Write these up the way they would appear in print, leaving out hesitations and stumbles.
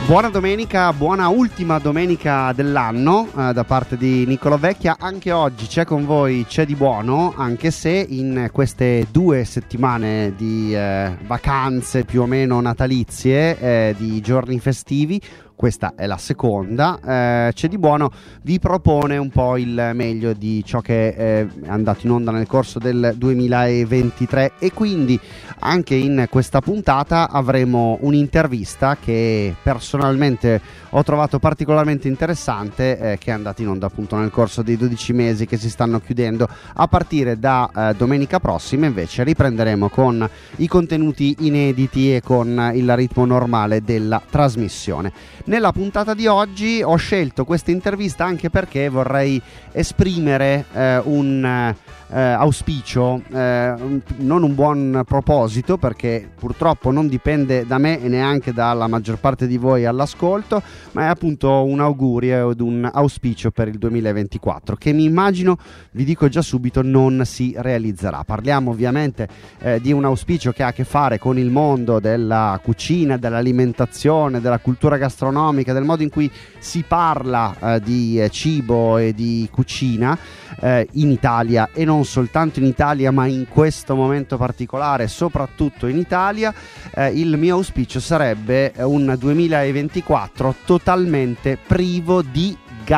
Buona domenica, buona ultima domenica dell'anno da parte di Niccolò Vecchia. Anche oggi c'è con voi C'è di buono, anche se in queste 2 settimane di vacanze più o meno natalizie, di giorni festivi, questa è la seconda, C'è di buono vi propone un po' il meglio di ciò che è andato in onda nel corso del 2023, e quindi anche in questa puntata avremo un'intervista che personalmente ho trovato particolarmente interessante, che è andata in onda appunto nel corso dei 12 mesi che si stanno chiudendo. A partire da domenica prossima invece riprenderemo con i contenuti inediti e con il ritmo normale della trasmissione. Nella puntata di oggi ho scelto questa intervista anche perché vorrei esprimere un auspicio, non un buon proposito, perché purtroppo non dipende da me e neanche dalla maggior parte di voi all'ascolto, ma è appunto un augurio ed un auspicio per il 2024 che mi immagino, vi dico già subito, non si realizzerà. Parliamo ovviamente di un auspicio che ha a che fare con il mondo della cucina, dell'alimentazione, della cultura gastronomica, del modo in cui si parla di cibo e di cucina in Italia, e non soltanto in Italia ma in questo momento particolare soprattutto in Italia. Il mio auspicio sarebbe un 2024 totalmente privo di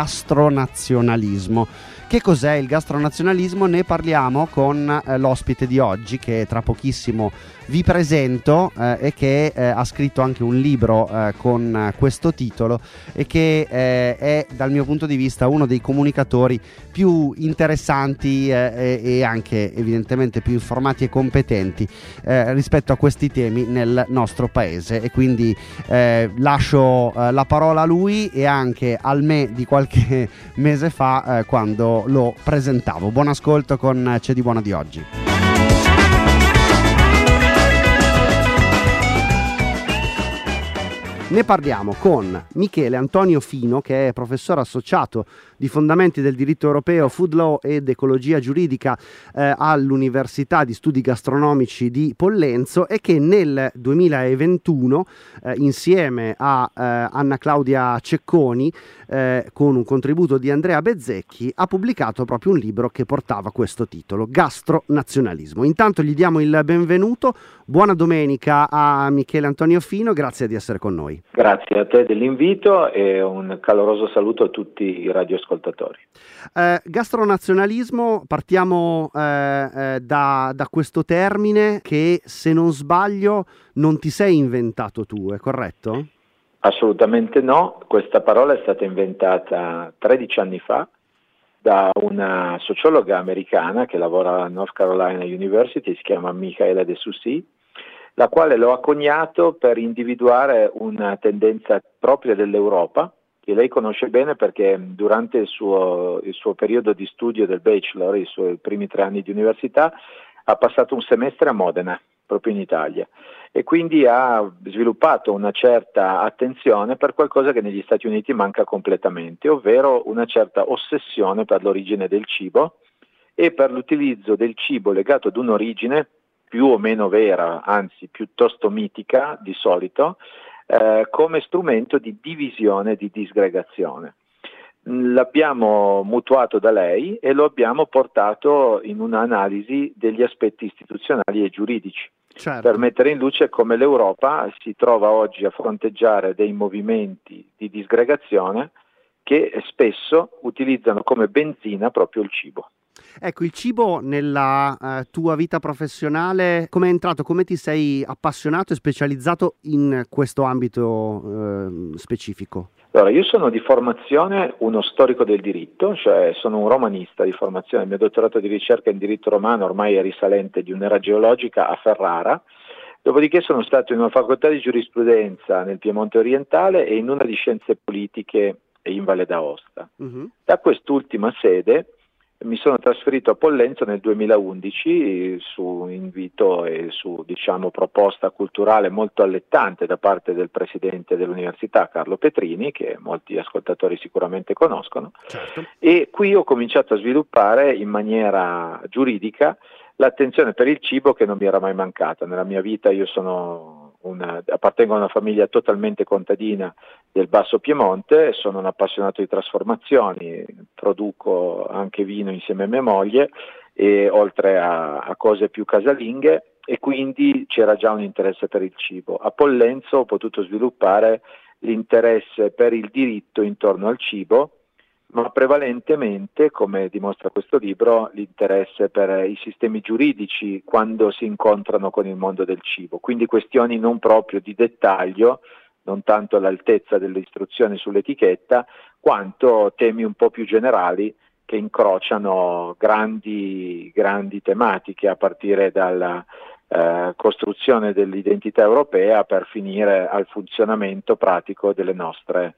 gastronazionalismo. Che cos'è il gastronazionalismo? Ne parliamo con l'ospite di oggi, che tra pochissimo vi presento, e che ha scritto anche un libro con questo titolo, e che è dal mio punto di vista uno dei comunicatori più interessanti e anche evidentemente più informati e competenti rispetto a questi temi nel nostro paese, e quindi lascio la parola a lui e anche al me di qualche mese fa quando lo presentavo. Buon ascolto con C'è di buono di oggi. Ne parliamo con Michele Antonio Fino, che è professore associato di fondamenti del diritto europeo, food law ed ecologia giuridica all'Università di Studi Gastronomici di Pollenzo, e che nel 2021 insieme a Anna Claudia Cecconi, con un contributo di Andrea Bezzecchi, ha pubblicato proprio un libro che portava questo titolo, Gastronazionalismo. Intanto gli diamo il benvenuto. Buona domenica a Michele Antonio Fino, grazie di essere con noi. Grazie a te dell'invito e un caloroso saluto a tutti i radioascoltatori. Gastronazionalismo, partiamo da questo termine che, se non sbaglio, non ti sei inventato tu, è corretto? Assolutamente no, questa parola è stata inventata 13 anni fa da una sociologa americana che lavora alla North Carolina University, si chiama Michaela De Soucy, la quale lo ha coniato per individuare una tendenza propria dell'Europa, che lei conosce bene perché durante il suo periodo di studio del bachelor, i suoi primi 3 anni di università, ha passato un semestre a Modena, proprio in Italia, e quindi ha sviluppato una certa attenzione per qualcosa che negli Stati Uniti manca completamente, ovvero una certa ossessione per l'origine del cibo e per l'utilizzo del cibo legato ad un'origine più o meno vera, anzi piuttosto mitica di solito, come strumento di divisione, di disgregazione. L'abbiamo mutuato da lei e lo abbiamo portato in un'analisi degli aspetti istituzionali e giuridici, certo, per mettere in luce come l'Europa si trova oggi a fronteggiare dei movimenti di disgregazione che spesso utilizzano come benzina proprio il cibo. Ecco, il cibo nella tua vita professionale, come è entrato, come ti sei appassionato e specializzato in questo ambito specifico? Allora, io sono di formazione uno storico del diritto, cioè sono un romanista di formazione. Il mio dottorato di ricerca in diritto romano ormai è risalente di un'era geologica a Ferrara. Dopodiché sono stato in una facoltà di giurisprudenza nel Piemonte orientale e in una di scienze politiche in Valle d'Aosta. Da quest'ultima sede mi sono trasferito a Pollenzo nel 2011 su invito e su, proposta culturale molto allettante da parte del presidente dell'università Carlo Petrini, che molti ascoltatori sicuramente conoscono, certo. E qui ho cominciato a sviluppare in maniera giuridica l'attenzione per il cibo che non mi era mai mancata. Nella mia vita io sono appartengo a una famiglia totalmente contadina del Basso Piemonte, sono un appassionato di trasformazioni, produco anche vino insieme a mia moglie, e oltre a cose più casalinghe, e quindi c'era già un interesse per il cibo. A Pollenzo ho potuto sviluppare l'interesse per il diritto intorno al cibo, ma prevalentemente, come dimostra questo libro, l'interesse per i sistemi giuridici quando si incontrano con il mondo del cibo, quindi questioni non proprio di dettaglio, non tanto all'altezza delle istruzioni sull'etichetta, quanto temi un po' più generali che incrociano grandi tematiche, a partire dalla costruzione dell'identità europea per finire al funzionamento pratico delle nostre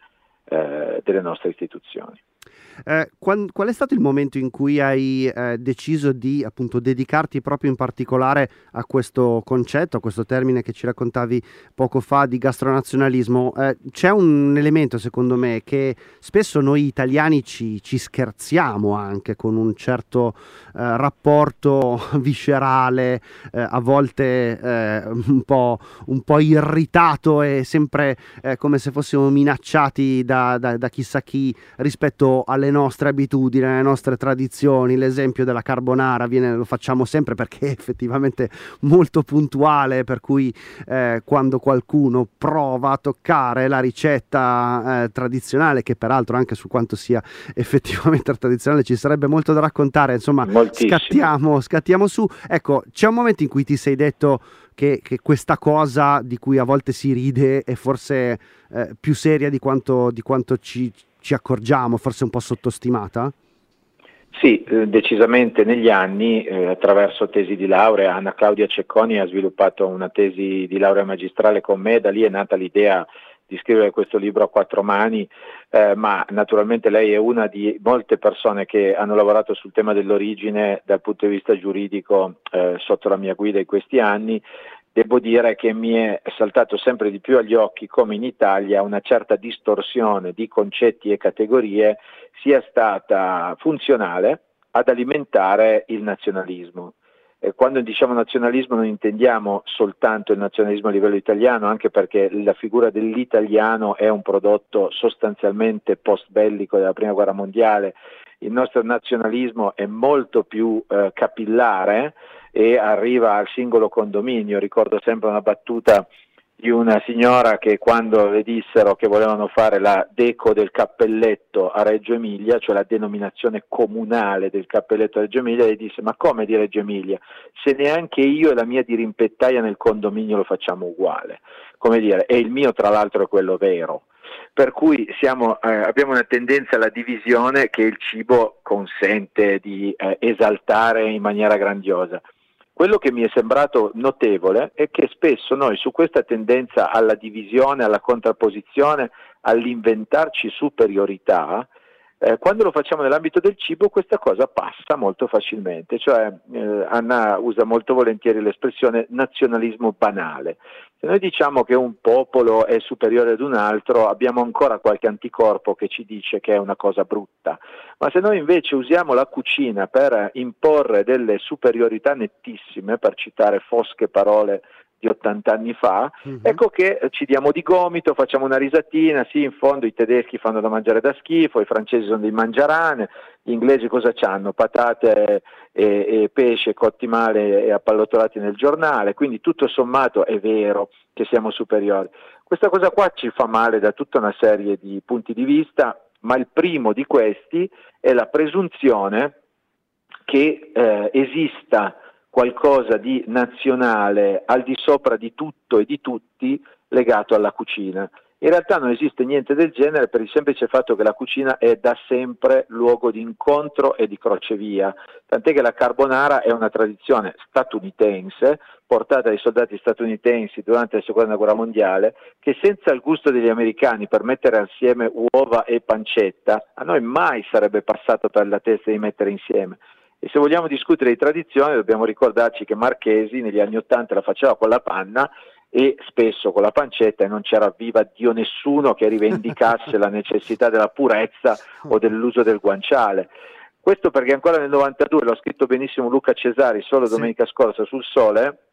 istituzioni. Qual è stato il momento in cui hai deciso di appunto dedicarti proprio in particolare a questo concetto, a questo termine che ci raccontavi poco fa di gastronazionalismo? C'è un elemento secondo me che spesso noi italiani ci scherziamo anche con un certo rapporto viscerale, a volte un po' irritato e sempre come se fossimo minacciati da chissà chi rispetto alle nostre abitudini, alle nostre tradizioni. L'esempio della carbonara lo facciamo sempre perché è effettivamente molto puntuale, per cui quando qualcuno prova a toccare la ricetta tradizionale, che peraltro anche su quanto sia effettivamente tradizionale ci sarebbe molto da raccontare, insomma scattiamo su. Ecco, c'è un momento in cui ti sei detto che questa cosa di cui a volte si ride è forse più seria di quanto ci accorgiamo, forse un po' sottostimata? Sì, decisamente negli anni, attraverso tesi di laurea, Anna Claudia Cecconi ha sviluppato una tesi di laurea magistrale con me, da lì è nata l'idea di scrivere questo libro a quattro mani, ma naturalmente lei è una di molte persone che hanno lavorato sul tema dell'origine dal punto di vista giuridico sotto la mia guida in questi anni. Devo dire che mi è saltato sempre di più agli occhi come in Italia una certa distorsione di concetti e categorie sia stata funzionale ad alimentare il nazionalismo. Quando diciamo nazionalismo non intendiamo soltanto il nazionalismo a livello italiano, anche perché la figura dell'italiano è un prodotto sostanzialmente post-bellico della Prima Guerra Mondiale. Il nostro nazionalismo è molto più capillare e arriva al singolo condominio. Ricordo sempre una battuta di una signora che, quando le dissero che volevano fare la deco del cappelletto a Reggio Emilia, cioè la denominazione comunale del cappelletto a Reggio Emilia, le disse: ma come di Reggio Emilia? Se neanche io e la mia dirimpettaia nel condominio lo facciamo uguale. Come dire, e il mio tra l'altro è quello vero. Per cui abbiamo una tendenza alla divisione che il cibo consente di esaltare in maniera grandiosa. Quello che mi è sembrato notevole è che spesso noi, su questa tendenza alla divisione, alla contrapposizione, all'inventarci superiorità, quando lo facciamo nell'ambito del cibo questa cosa passa molto facilmente, cioè Anna usa molto volentieri l'espressione nazionalismo banale. Se noi diciamo che un popolo è superiore ad un altro, abbiamo ancora qualche anticorpo che ci dice che è una cosa brutta, ma se noi invece usiamo la cucina per imporre delle superiorità nettissime, per citare fosche parole di 80 anni fa, ecco che ci diamo di gomito, facciamo una risatina. Sì, in fondo i tedeschi fanno da mangiare da schifo, i francesi sono dei mangiarane, gli inglesi cosa c'hanno? Patate e pesce cotti male e appallottolati nel giornale, quindi tutto sommato è vero che siamo superiori. Questa cosa qua ci fa male da tutta una serie di punti di vista, ma il primo di questi è la presunzione che esista qualcosa di nazionale al di sopra di tutto e di tutti legato alla cucina. In realtà non esiste niente del genere, per il semplice fatto che la cucina è da sempre luogo di incontro e di crocevia, tant'è che la carbonara è una tradizione statunitense portata dai soldati statunitensi durante la seconda guerra mondiale, che senza il gusto degli americani per mettere assieme uova e pancetta a noi mai sarebbe passato per la testa di mettere insieme. E se vogliamo discutere di tradizione dobbiamo ricordarci che Marchesi negli anni '80 la faceva con la panna e spesso con la pancetta, e non c'era viva Dio nessuno che rivendicasse la necessità della purezza o dell'uso del guanciale. Questo perché ancora nel '92, l'ho scritto benissimo Luca Cesari solo domenica scorsa sul Sole,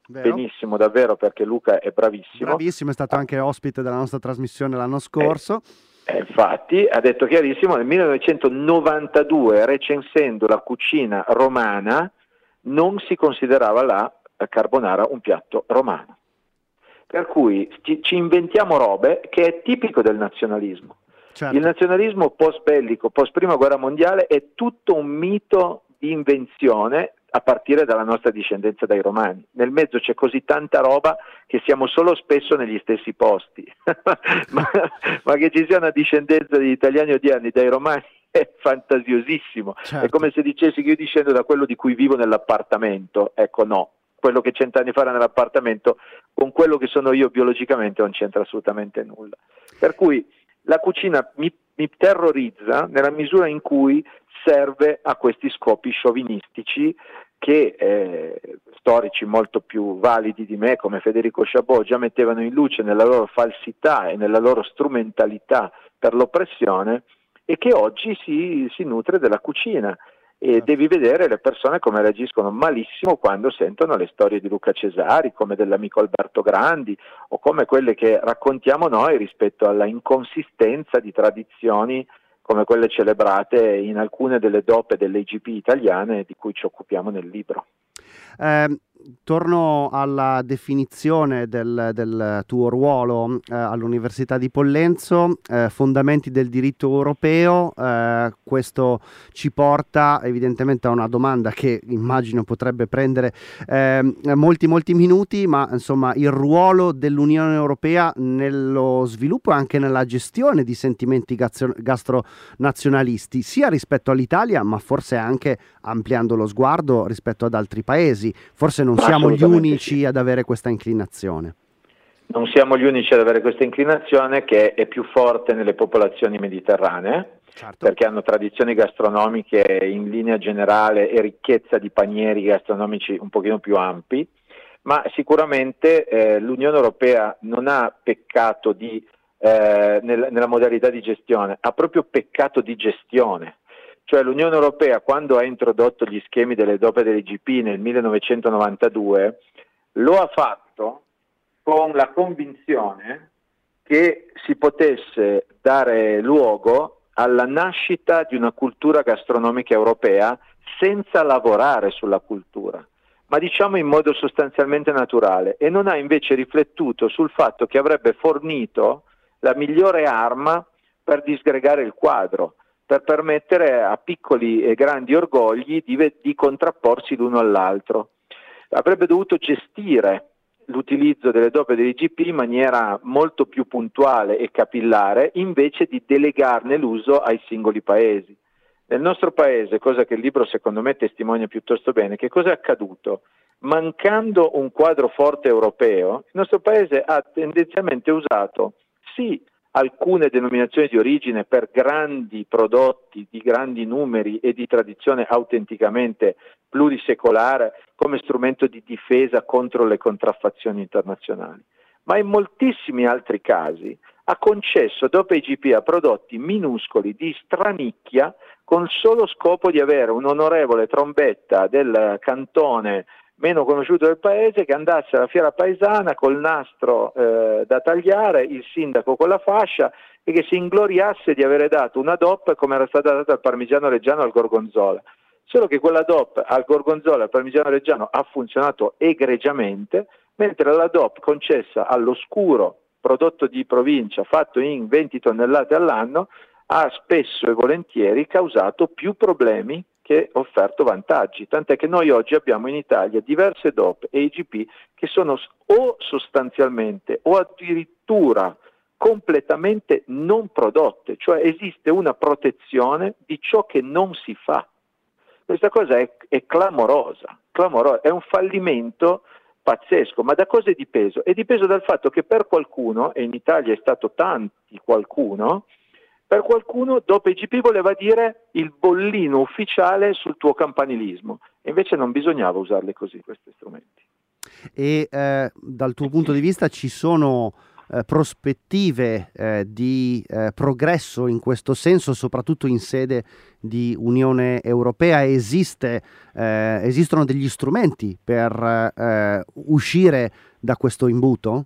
Vero? benissimo davvero, perché Luca è bravissimo. Bravissimo, è stato anche ospite della nostra trasmissione l'anno scorso. Infatti ha detto chiarissimo, nel 1992, recensendo la cucina romana, non si considerava la carbonara un piatto romano. Per cui ci inventiamo robe che è tipico del nazionalismo. Certo. Il nazionalismo post-bellico, post-prima guerra mondiale, è tutto un mito di invenzione a partire dalla nostra discendenza dai romani. Nel mezzo c'è così tanta roba che siamo solo spesso negli stessi posti. ma che ci sia una discendenza degli italiani odierni dai romani è fantasiosissimo. Certo. È come se dicessi che io discendo da quello di cui vivo nell'appartamento. Ecco, no. Quello che 100 anni fa era nell'appartamento con quello che sono io biologicamente non c'entra assolutamente nulla. Per cui la cucina mi terrorizza nella misura in cui serve a questi scopi sciovinistici che storici molto più validi di me, come Federico Chabot, già mettevano in luce nella loro falsità e nella loro strumentalità per l'oppressione, e che oggi si nutre della cucina. E devi vedere le persone come reagiscono malissimo quando sentono le storie di Luca Cesari, come dell'amico Alberto Grandi, o come quelle che raccontiamo noi rispetto alla inconsistenza di tradizioni come quelle celebrate in alcune delle DOP delle IGP italiane di cui ci occupiamo nel libro. Torno alla definizione del tuo ruolo all'Università di Pollenzo, fondamenti del diritto europeo. Questo ci porta evidentemente a una domanda che immagino potrebbe prendere molti minuti, ma insomma il ruolo dell'Unione Europea nello sviluppo e anche nella gestione di sentimenti gastronazionalisti, sia rispetto all'Italia, ma forse anche ampliando lo sguardo rispetto ad altri paesi. Forse non siamo gli unici ad avere questa inclinazione. Non siamo gli unici ad avere questa inclinazione, che è più forte nelle popolazioni mediterranee, certo, perché hanno tradizioni gastronomiche in linea generale e ricchezza di panieri gastronomici un pochino più ampi, ma sicuramente l'Unione Europea non ha peccato nella modalità di gestione, ha proprio peccato di gestione. Cioè l'Unione Europea, quando ha introdotto gli schemi delle DOP dell'IGP nel 1992, lo ha fatto con la convinzione che si potesse dare luogo alla nascita di una cultura gastronomica europea senza lavorare sulla cultura, ma diciamo in modo sostanzialmente naturale, e non ha invece riflettuto sul fatto che avrebbe fornito la migliore arma per disgregare il quadro, per permettere a piccoli e grandi orgogli di contrapporsi l'uno all'altro. Avrebbe dovuto gestire l'utilizzo delle DOP dell'IGP in maniera molto più puntuale e capillare, invece di delegarne l'uso ai singoli paesi. Nel nostro paese, cosa che il libro secondo me testimonia piuttosto bene, che cosa è accaduto? Mancando un quadro forte europeo, il nostro paese ha tendenzialmente usato sì alcune denominazioni di origine per grandi prodotti di grandi numeri e di tradizione autenticamente plurisecolare come strumento di difesa contro le contraffazioni internazionali, ma in moltissimi altri casi ha concesso DOP IGP a prodotti minuscoli di stranicchia con il solo scopo di avere un onorevole trombetta del cantone meno conosciuto del paese che andasse alla fiera paesana col nastro da tagliare, il sindaco con la fascia, e che si ingloriasse di avere dato una DOP come era stata data al parmigiano reggiano al gorgonzola. Solo che quella DOP al gorgonzola e al parmigiano reggiano ha funzionato egregiamente, mentre la DOP concessa all'oscuro prodotto di provincia fatto in 20 tonnellate all'anno ha spesso e volentieri causato più problemi che offerto vantaggi, tant'è che noi oggi abbiamo in Italia diverse DOP e IGP che sono o sostanzialmente o addirittura completamente non prodotte, cioè esiste una protezione di ciò che non si fa. Questa cosa è clamorosa, è un fallimento pazzesco, ma da cosa è dipeso? È dipeso dal fatto che per qualcuno, e in Italia è stato tanti qualcuno, per qualcuno DOP IGP voleva dire il bollino ufficiale sul tuo campanilismo, e invece non bisognava usarli così questi strumenti. E dal tuo punto di vista ci sono prospettive di progresso in questo senso, soprattutto in sede di Unione Europea? Esistono degli strumenti per uscire da questo imbuto?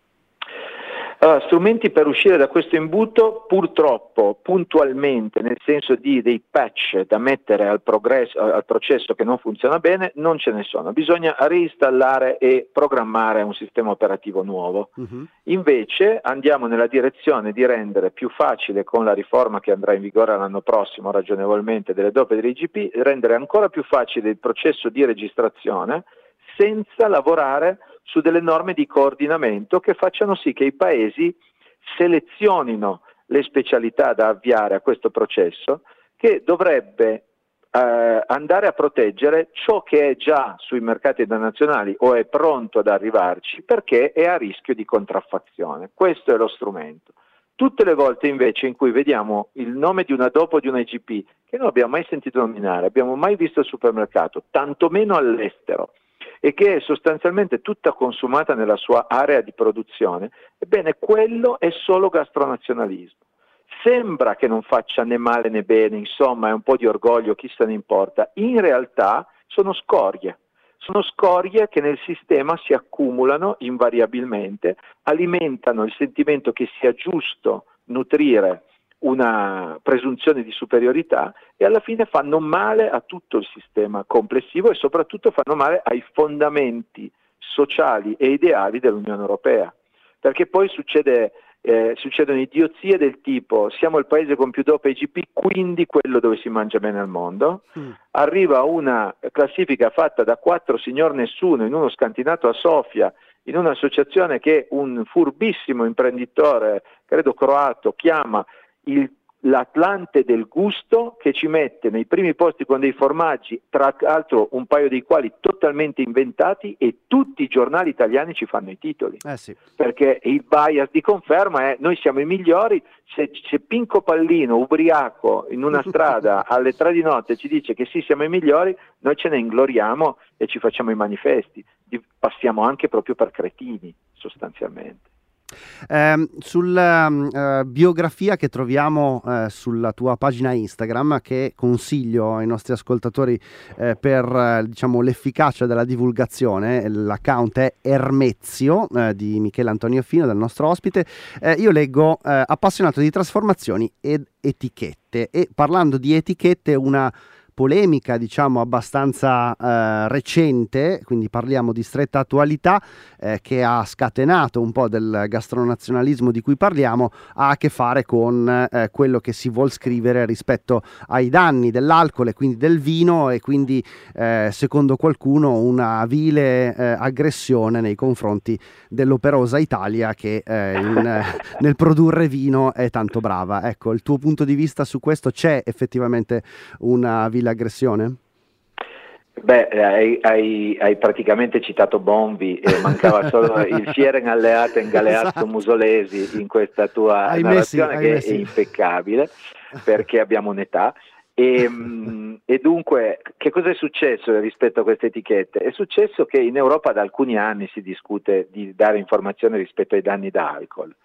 Allora, strumenti per uscire da questo imbuto, purtroppo, puntualmente, nel senso di dei patch da mettere al processo che non funziona bene, non ce ne sono. Bisogna reinstallare e programmare un sistema operativo nuovo. Invece andiamo nella direzione di rendere più facile, con la riforma che andrà in vigore l'anno prossimo ragionevolmente delle DOP e dell'IGP, rendere ancora più facile il processo di registrazione senza lavorare su delle norme di coordinamento che facciano sì che i paesi selezionino le specialità da avviare a questo processo, che dovrebbe andare a proteggere ciò che è già sui mercati internazionali o è pronto ad arrivarci perché è a rischio di contraffazione. Questo è lo strumento. Tutte le volte invece in cui vediamo il nome di una DOP o di una IGP che non abbiamo mai sentito nominare, abbiamo mai visto al supermercato, tantomeno all'estero, e che è sostanzialmente tutta consumata nella sua area di produzione, ebbene quello è solo gastronazionalismo. Sembra che non faccia né male né bene, insomma è un po' di orgoglio, chi se ne importa. In realtà sono scorie che nel sistema si accumulano invariabilmente, alimentano il sentimento che sia giusto nutrire una presunzione di superiorità e alla fine fanno male a tutto il sistema complessivo e soprattutto fanno male ai fondamenti sociali e ideali dell'Unione Europea, perché poi succedono idiozie del tipo: siamo il paese con più DOP e IGP, quindi quello dove si mangia bene al mondo. Arriva una classifica fatta da 4 signor nessuno in uno scantinato a Sofia, in un'associazione che un furbissimo imprenditore, credo croato, chiama l'Atlante del gusto, che ci mette nei primi posti con dei formaggi, tra l'altro un paio dei quali totalmente inventati, e tutti i giornali italiani ci fanno i titoli, sì. Perché il bias di conferma è: noi siamo i migliori. Se Pinco Pallino ubriaco in una strada alle 3 di notte ci dice che sì, siamo i migliori, noi ce ne ingloriamo e ci facciamo i manifesti, passiamo anche proprio per cretini sostanzialmente. Sulla biografia che troviamo sulla tua pagina Instagram, che consiglio ai nostri ascoltatori per diciamo l'efficacia della divulgazione, l'account è Ermezio di Michele Antonio Fino, del nostro ospite. Io leggo appassionato di trasformazioni ed etichette, e parlando di etichette una polemica diciamo abbastanza recente, quindi parliamo di stretta attualità, che ha scatenato un po' del gastronazionalismo di cui parliamo, ha a che fare con quello che si vuol scrivere rispetto ai danni dell'alcol e quindi del vino, e quindi secondo qualcuno una vile aggressione nei confronti dell'operosa Italia che nel produrre vino è tanto brava. Ecco, il tuo punto di vista su questo: c'è effettivamente una vile aggressione? Beh, hai praticamente citato Bonvi, e mancava solo il Fieren alleaten galeazzo Esatto. Musolesi in questa tua narrazione, che è impeccabile, perché abbiamo un'età. E dunque, che cosa è successo rispetto a queste etichette? È successo che in Europa da alcuni anni si discute di dare informazioni rispetto ai danni da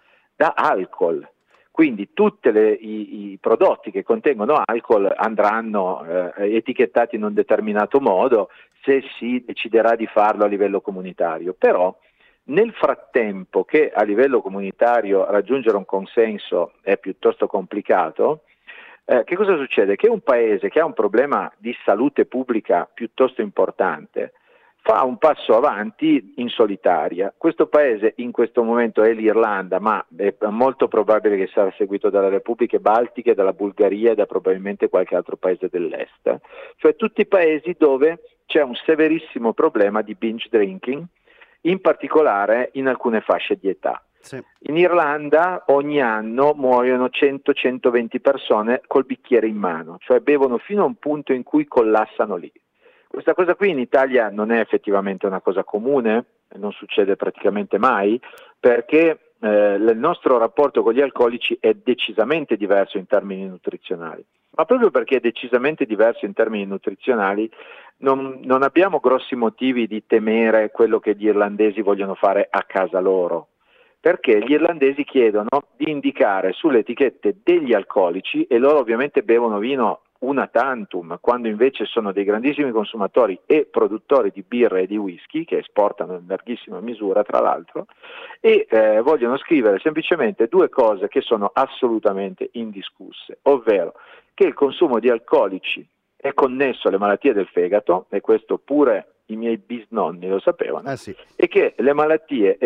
alcol. Quindi tutti i prodotti che contengono alcol andranno etichettati in un determinato modo, se si deciderà di farlo a livello comunitario. Però nel frattempo, che a livello comunitario raggiungere un consenso è piuttosto complicato, che cosa succede? Che un paese che ha un problema di salute pubblica piuttosto importante fa un passo avanti in solitaria. Questo paese in questo momento è l'Irlanda, ma è molto probabile che sarà seguito dalle repubbliche baltiche, dalla Bulgaria e da probabilmente qualche altro paese dell'est, cioè tutti i paesi dove c'è un severissimo problema di binge drinking, in particolare in alcune fasce di età. Sì. In Irlanda ogni anno muoiono 100-120 persone col bicchiere in mano, cioè bevono fino a un punto in cui collassano lì. Questa cosa qui in Italia non è effettivamente una cosa comune, non succede praticamente mai, perché il nostro rapporto con gli alcolici è decisamente diverso in termini nutrizionali. Ma proprio perché è decisamente diverso in termini nutrizionali, non abbiamo grossi motivi di temere quello che gli irlandesi vogliono fare a casa loro. perché gli irlandesi chiedono di indicare sulle etichette degli alcolici, e loro ovviamente bevono vino una tantum, quando invece sono dei grandissimi consumatori e produttori di birra e di whisky, che esportano in larghissima misura tra l'altro, e vogliono scrivere semplicemente due cose che sono assolutamente indiscusse, ovvero che il consumo di alcolici è connesso alle malattie del fegato, e questo pure i miei bisnonni lo sapevano, Sì. e che le malattie,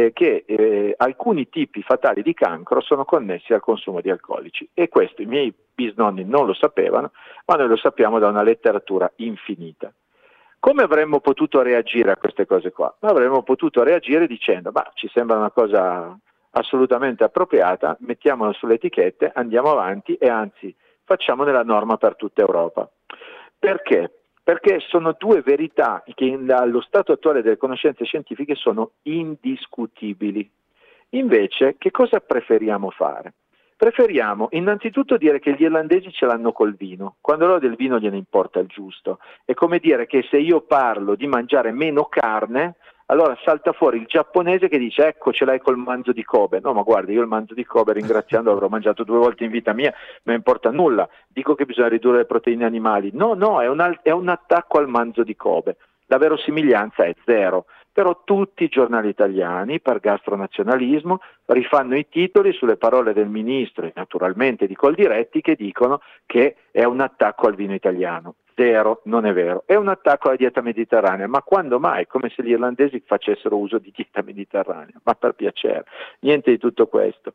alcuni tipi fatali di cancro sono connessi al consumo di alcolici, e questo i miei bisnonni non lo sapevano, ma noi lo sappiamo da una letteratura infinita. Come avremmo potuto reagire a queste cose qua? Avremmo potuto reagire dicendo, ci sembra una cosa assolutamente appropriata, mettiamola sulle etichette, andiamo avanti e anzi facciamo della norma per tutta Europa. Perché? Perché sono due verità che allo stato attuale delle conoscenze scientifiche sono indiscutibili. Invece, che cosa preferiamo fare? Preferiamo innanzitutto dire che gli irlandesi ce l'hanno col vino, quando loro del vino gliene importa il giusto. È come dire che se io parlo di mangiare meno carne, allora salta fuori il giapponese che dice ecco ce l'hai col manzo di Kobe. No, ma guarda, io il manzo di Kobe, ringraziando, l'avrò mangiato 2 volte in vita mia, non importa nulla. Dico che bisogna ridurre le proteine animali. No, è un attacco al manzo di Kobe. La verosimiglianza è zero. Però tutti i giornali italiani, per gastronazionalismo, rifanno i titoli sulle parole del ministro e naturalmente di Coldiretti, che dicono che è un attacco al vino italiano. Zero, non è vero. È un attacco alla dieta mediterranea, ma quando mai? Come se gli irlandesi facessero uso di dieta mediterranea, ma per piacere, niente di tutto questo.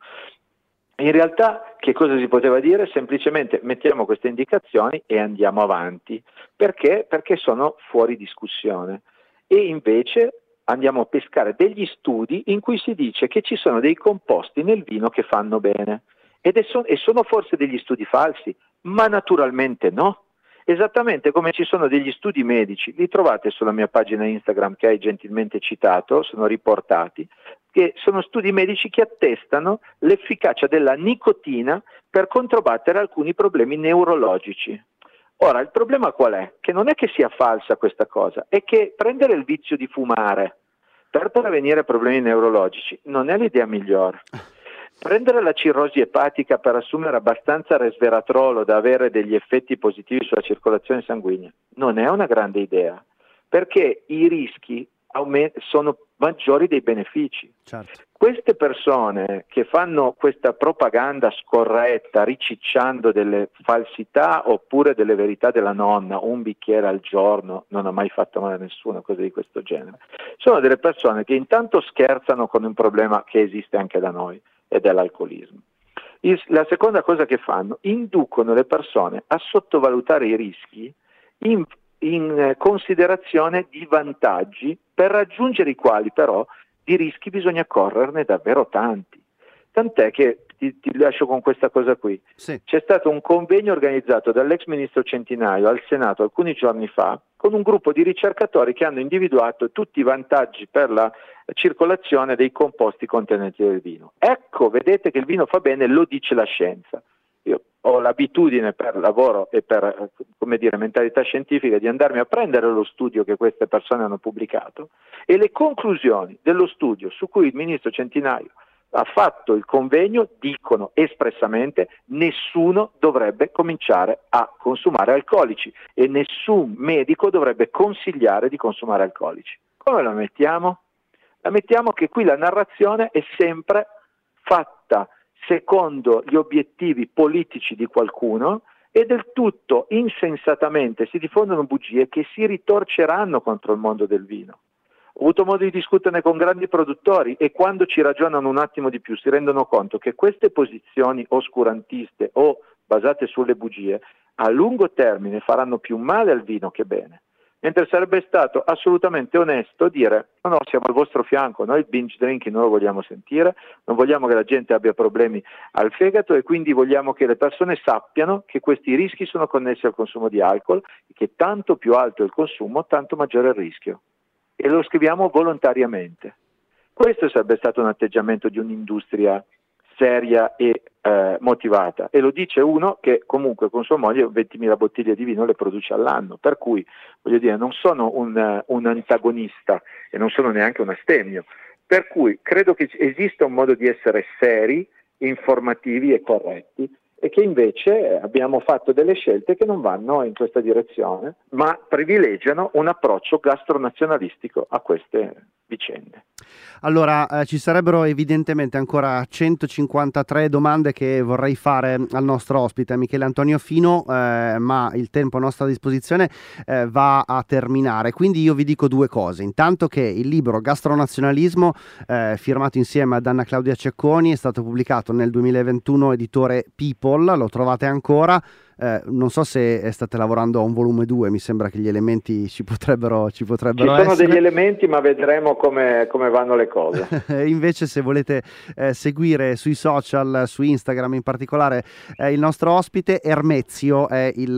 In realtà che cosa si poteva dire? Semplicemente mettiamo queste indicazioni e andiamo avanti. Perché? Perché sono fuori discussione. E invece andiamo a pescare degli studi in cui si dice che ci sono dei composti nel vino che fanno bene. E sono forse degli studi falsi? Ma naturalmente no. Esattamente come ci sono degli studi medici, li trovate sulla mia pagina Instagram che hai gentilmente citato, sono riportati, che sono studi medici che attestano l'efficacia della nicotina per controbattere alcuni problemi neurologici. Ora, il problema qual è? Che non è che sia falsa questa cosa, è che prendere il vizio di fumare per prevenire problemi neurologici non è l'idea migliore. Prendere la cirrosi epatica per assumere abbastanza resveratrolo da avere degli effetti positivi sulla circolazione sanguigna non è una grande idea, perché i rischi sono maggiori dei benefici. Certo. Queste persone che fanno questa propaganda scorretta, ricicciando delle falsità oppure delle verità della nonna, un bicchiere al giorno non ha mai fatto male a nessuno, cose di questo genere, sono delle persone che intanto scherzano con un problema che esiste anche da noi, ed è l'alcolismo. La seconda cosa che fanno, inducono le persone a sottovalutare i rischi in considerazione di vantaggi, per raggiungere i quali però di rischi bisogna correrne davvero tanti. Tant'è che ti lascio con questa cosa qui. Sì. C'è stato un convegno organizzato dall'ex ministro Centinaio al Senato alcuni giorni fa, con un gruppo di ricercatori che hanno individuato tutti i vantaggi per la circolazione dei composti contenenti del vino. Ecco, vedete che il vino fa bene, lo dice la scienza. Io ho l'abitudine per lavoro e per, mentalità scientifica di andarmi a prendere lo studio che queste persone hanno pubblicato, e le conclusioni dello studio su cui il ministro Centinaio ha fatto il convegno dicono espressamente: nessuno dovrebbe cominciare a consumare alcolici e nessun medico dovrebbe consigliare di consumare alcolici. Come la mettiamo? La mettiamo che qui la narrazione è sempre fatta secondo gli obiettivi politici di qualcuno, e del tutto insensatamente si diffondono bugie che si ritorceranno contro il mondo del vino. Ho avuto modo di discuterne con grandi produttori, e quando ci ragionano un attimo di più si rendono conto che queste posizioni oscurantiste o basate sulle bugie a lungo termine faranno più male al vino che bene. Mentre sarebbe stato assolutamente onesto dire: no, siamo al vostro fianco, noi il binge drinking non lo vogliamo sentire, non vogliamo che la gente abbia problemi al fegato, e quindi vogliamo che le persone sappiano che questi rischi sono connessi al consumo di alcol, e che tanto più alto è il consumo, tanto maggiore è il rischio. E lo scriviamo volontariamente. Questo sarebbe stato un atteggiamento di un'industria seria e motivata, e lo dice uno che comunque con sua moglie 20.000 bottiglie di vino le produce all'anno, per cui voglio dire, non sono un antagonista e non sono neanche un astemio, Per cui credo che esista un modo di essere seri, informativi e corretti, e che invece abbiamo fatto delle scelte che non vanno in questa direzione, ma privilegiano un approccio gastronazionalistico a queste vicende. Allora, ci sarebbero evidentemente ancora 153 domande che vorrei fare al nostro ospite, Michele Antonio Fino, ma il tempo a nostra disposizione va a terminare. Quindi io vi dico due cose. Intanto che il libro Gastronazionalismo, firmato insieme ad Anna Claudia Cecconi, è stato pubblicato nel 2021, editore People, lo trovate ancora. Non so se state lavorando a un volume 2, mi sembra che gli elementi ci potrebbero Ci sono essere. degli elementi, ma vedremo come vanno le cose. Invece, se volete seguire sui social, su Instagram in particolare, il nostro ospite, Ermezio è il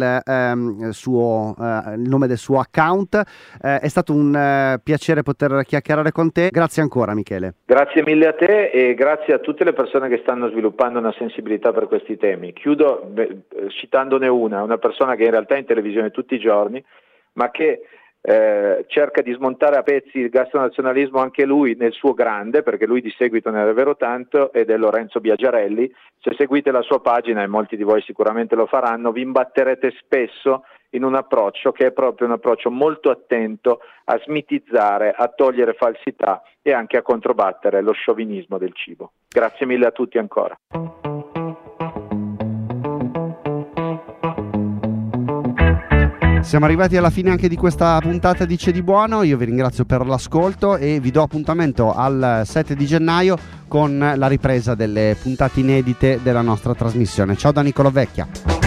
nome del suo account. È stato un piacere poter chiacchierare con te. Grazie ancora, Michele. Grazie mille a te e grazie a tutte le persone che stanno sviluppando una sensibilità per questi temi. Chiudo citandone una persona che in realtà è in televisione tutti i giorni, ma che cerca di smontare a pezzi il gastronazionalismo anche lui nel suo grande, perché lui di seguito ne ha davvero tanto, ed è Lorenzo Biagiarelli. Se seguite la sua pagina, e molti di voi sicuramente lo faranno, vi imbatterete spesso in un approccio che è proprio un approccio molto attento a smitizzare, a togliere falsità e anche a controbattere lo sciovinismo del cibo. Grazie mille a tutti ancora. Siamo arrivati alla fine anche di questa puntata di C'è di Buono. Io vi ringrazio per l'ascolto e vi do appuntamento al 7 di gennaio con la ripresa delle puntate inedite della nostra trasmissione. Ciao da Nicolò Vecchia.